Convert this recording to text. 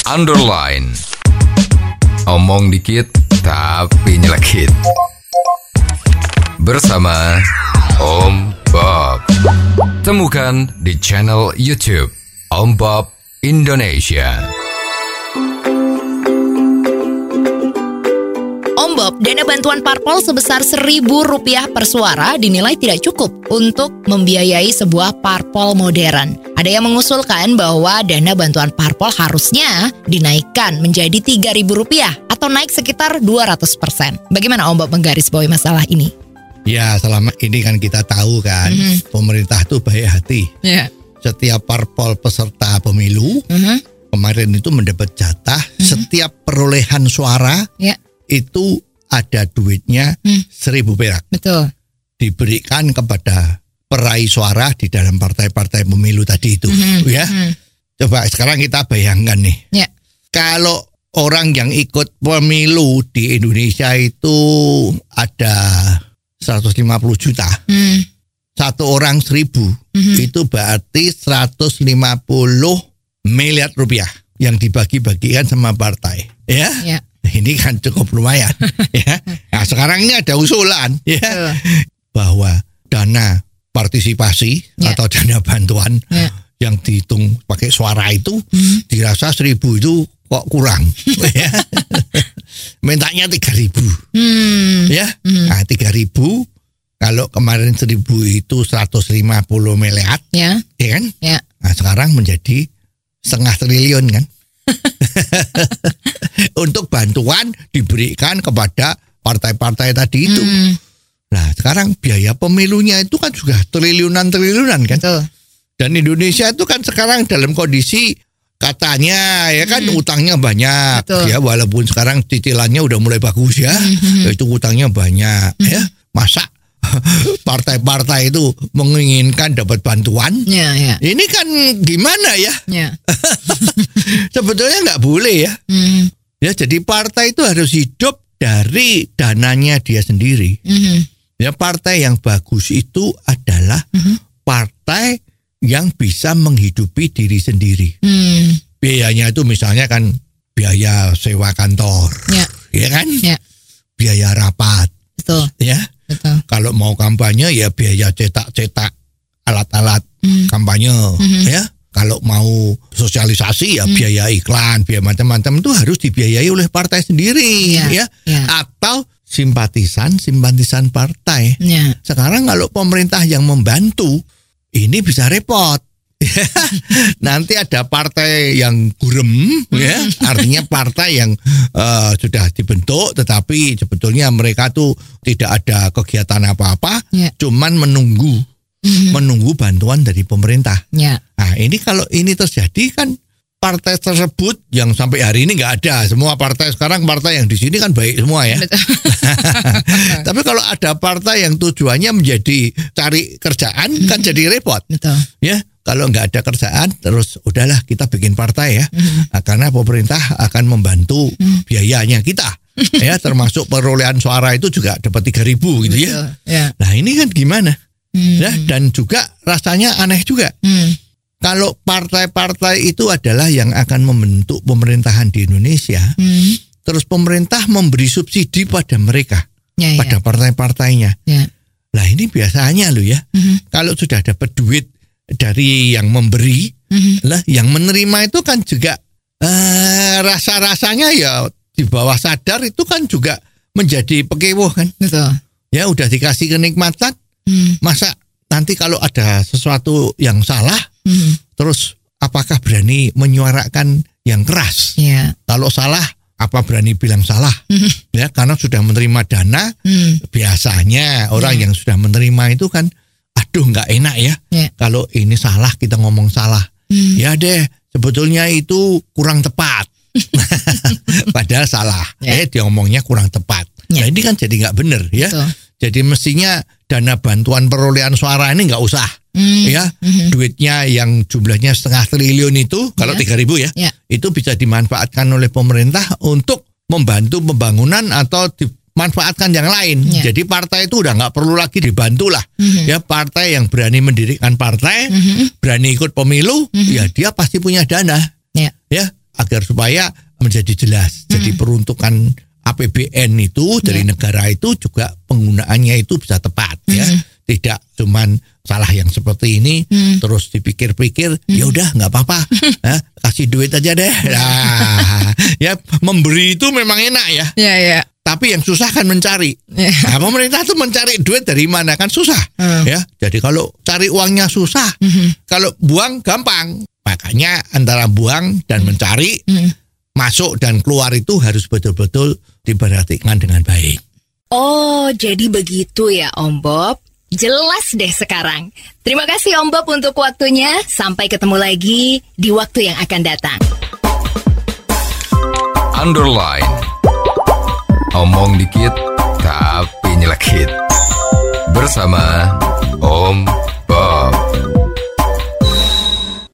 underline. Omong dikit tapi nyelekit. Bersama Om Bob. Temukan di channel YouTube Om Bob Indonesia. Om Bob, dana bantuan parpol sebesar Rp1.000 per suara dinilai tidak cukup untuk membiayai sebuah parpol modern. Ada yang mengusulkan bahwa dana bantuan parpol harusnya dinaikkan menjadi Rp3.000 atau naik sekitar 200%. Bagaimana Om Bob menggarisbawahi masalah ini? Ya, selama ini kan kita tahu kan, pemerintah tuh baik hati. Yeah. Setiap parpol peserta pemilu, kemarin itu mendapat jatah, setiap perolehan suara, itu ada duitnya 1.000 perak. Betul. Diberikan kepada peraih suara di dalam partai-partai pemilu tadi itu. Ya. Coba sekarang kita bayangkan nih. Kalau orang yang ikut pemilu di Indonesia itu ada 150 juta. Satu orang 1.000. Itu berarti 150 miliar rupiah yang dibagi-bagikan sama partai. Ya. Ini kan cukup lumayan. Ya. Nah, sekarang ini ada usulan ya, bahwa dana partisipasi atau dana bantuan yang dihitung pakai suara itu dirasa 1.000 itu kok kurang. Ya. Mintanya 3.000. Ya. Nah, 3.000 kalau kemarin 1.000 itu 150 miliar. Ya kan? Nah, sekarang menjadi 0,5 triliun kan. Untuk bantuan diberikan kepada partai-partai tadi itu. Nah, sekarang biaya pemilunya itu kan juga triliunan-triliunan kan. Dan Indonesia itu kan sekarang dalam kondisi katanya ya kan utangnya banyak. Ya, walaupun sekarang cicilannya udah mulai bagus ya. Itu utangnya banyak ya. Masa partai-partai itu menginginkan dapat bantuan? Ini kan gimana ya? Sebetulnya nggak boleh ya. Ya, jadi partai itu harus hidup dari dananya dia sendiri. Ya, partai yang bagus itu adalah partai yang bisa menghidupi diri sendiri. Biayanya itu misalnya kan biaya sewa kantor, ya kan? Biaya rapat, ya. Kalau mau kampanye ya biaya cetak alat-alat kampanye, ya. Kalau mau sosialisasi ya biaya iklan, biaya macam-macam itu harus dibiayai oleh partai sendiri, ya. Atau simpatisan partai. Sekarang kalau pemerintah yang membantu, ini bisa repot. Nanti ada partai yang gurem, ya, artinya partai yang sudah dibentuk, tetapi sebetulnya mereka tuh tidak ada kegiatan apa-apa, cuman menunggu bantuan dari pemerintah. Nah, ini kalau ini terjadi kan partai tersebut yang sampai hari ini nggak ada. Semua partai sekarang, partai yang di sini kan baik semua ya. Tapi kalau ada partai yang tujuannya menjadi cari kerjaan kan jadi repot. Ya, kalau nggak ada kerjaan terus udahlah kita bikin partai ya. Nah, karena pemerintah akan membantu biayanya kita. Ya, termasuk perolehan suara itu juga dapat 3.000 gitu ya. Nah, ini kan gimana? Ya, dan juga rasanya aneh juga. Kalau partai-partai itu adalah yang akan membentuk pemerintahan di Indonesia, terus pemerintah memberi subsidi pada mereka, pada partai-partainya. Lah ini biasanya loh ya, kalau sudah dapat duit dari yang memberi, lah yang menerima itu kan juga rasa-rasanya ya di bawah sadar itu kan juga menjadi pekewoh kan. Ya udah dikasih kenikmatan, masa nanti kalau ada sesuatu yang salah, terus apakah berani menyuarakan yang keras? Kalau salah, apa berani bilang salah? Ya, karena sudah menerima dana, biasanya orang yang sudah menerima itu kan, aduh nggak enak ya. Kalau ini salah, kita ngomong salah. Ya deh, sebetulnya itu kurang tepat. Padahal salah. Dia ngomongnya kurang tepat. Nah ini kan jadi nggak benar ya. Jadi mestinya dana bantuan perolehan suara ini nggak usah. Ya, duitnya yang jumlahnya 0,5 triliun itu kalau 3.000 ya, itu bisa dimanfaatkan oleh pemerintah untuk membantu pembangunan atau dimanfaatkan yang lain. Jadi partai itu udah nggak perlu lagi dibantu lah. Ya, partai yang berani mendirikan partai, berani ikut pemilu, ya dia pasti punya dana. Ya, agar supaya menjadi jelas. Jadi peruntukan APBN itu dari negara itu juga penggunaannya itu bisa tepat ya. Tidak cuman salah yang seperti ini terus dipikir-pikir ya udah nggak apa-apa, kasih duit aja deh. Nah, ya memberi itu memang enak ya. Iya. Tapi yang susah kan mencari. Nah, pemerintah tuh mencari duit dari mana kan susah. Ya, jadi kalau cari uangnya susah, kalau buang gampang. Makanya antara buang dan mencari, masuk dan keluar itu harus betul-betul diperhatikan dengan baik. Oh, jadi begitu ya Om Bob. Jelas deh sekarang. Terima kasih Om Bob untuk waktunya. Sampai ketemu lagi di waktu yang akan datang. Underline. Omong dikit tapi nyelekit. Bersama Om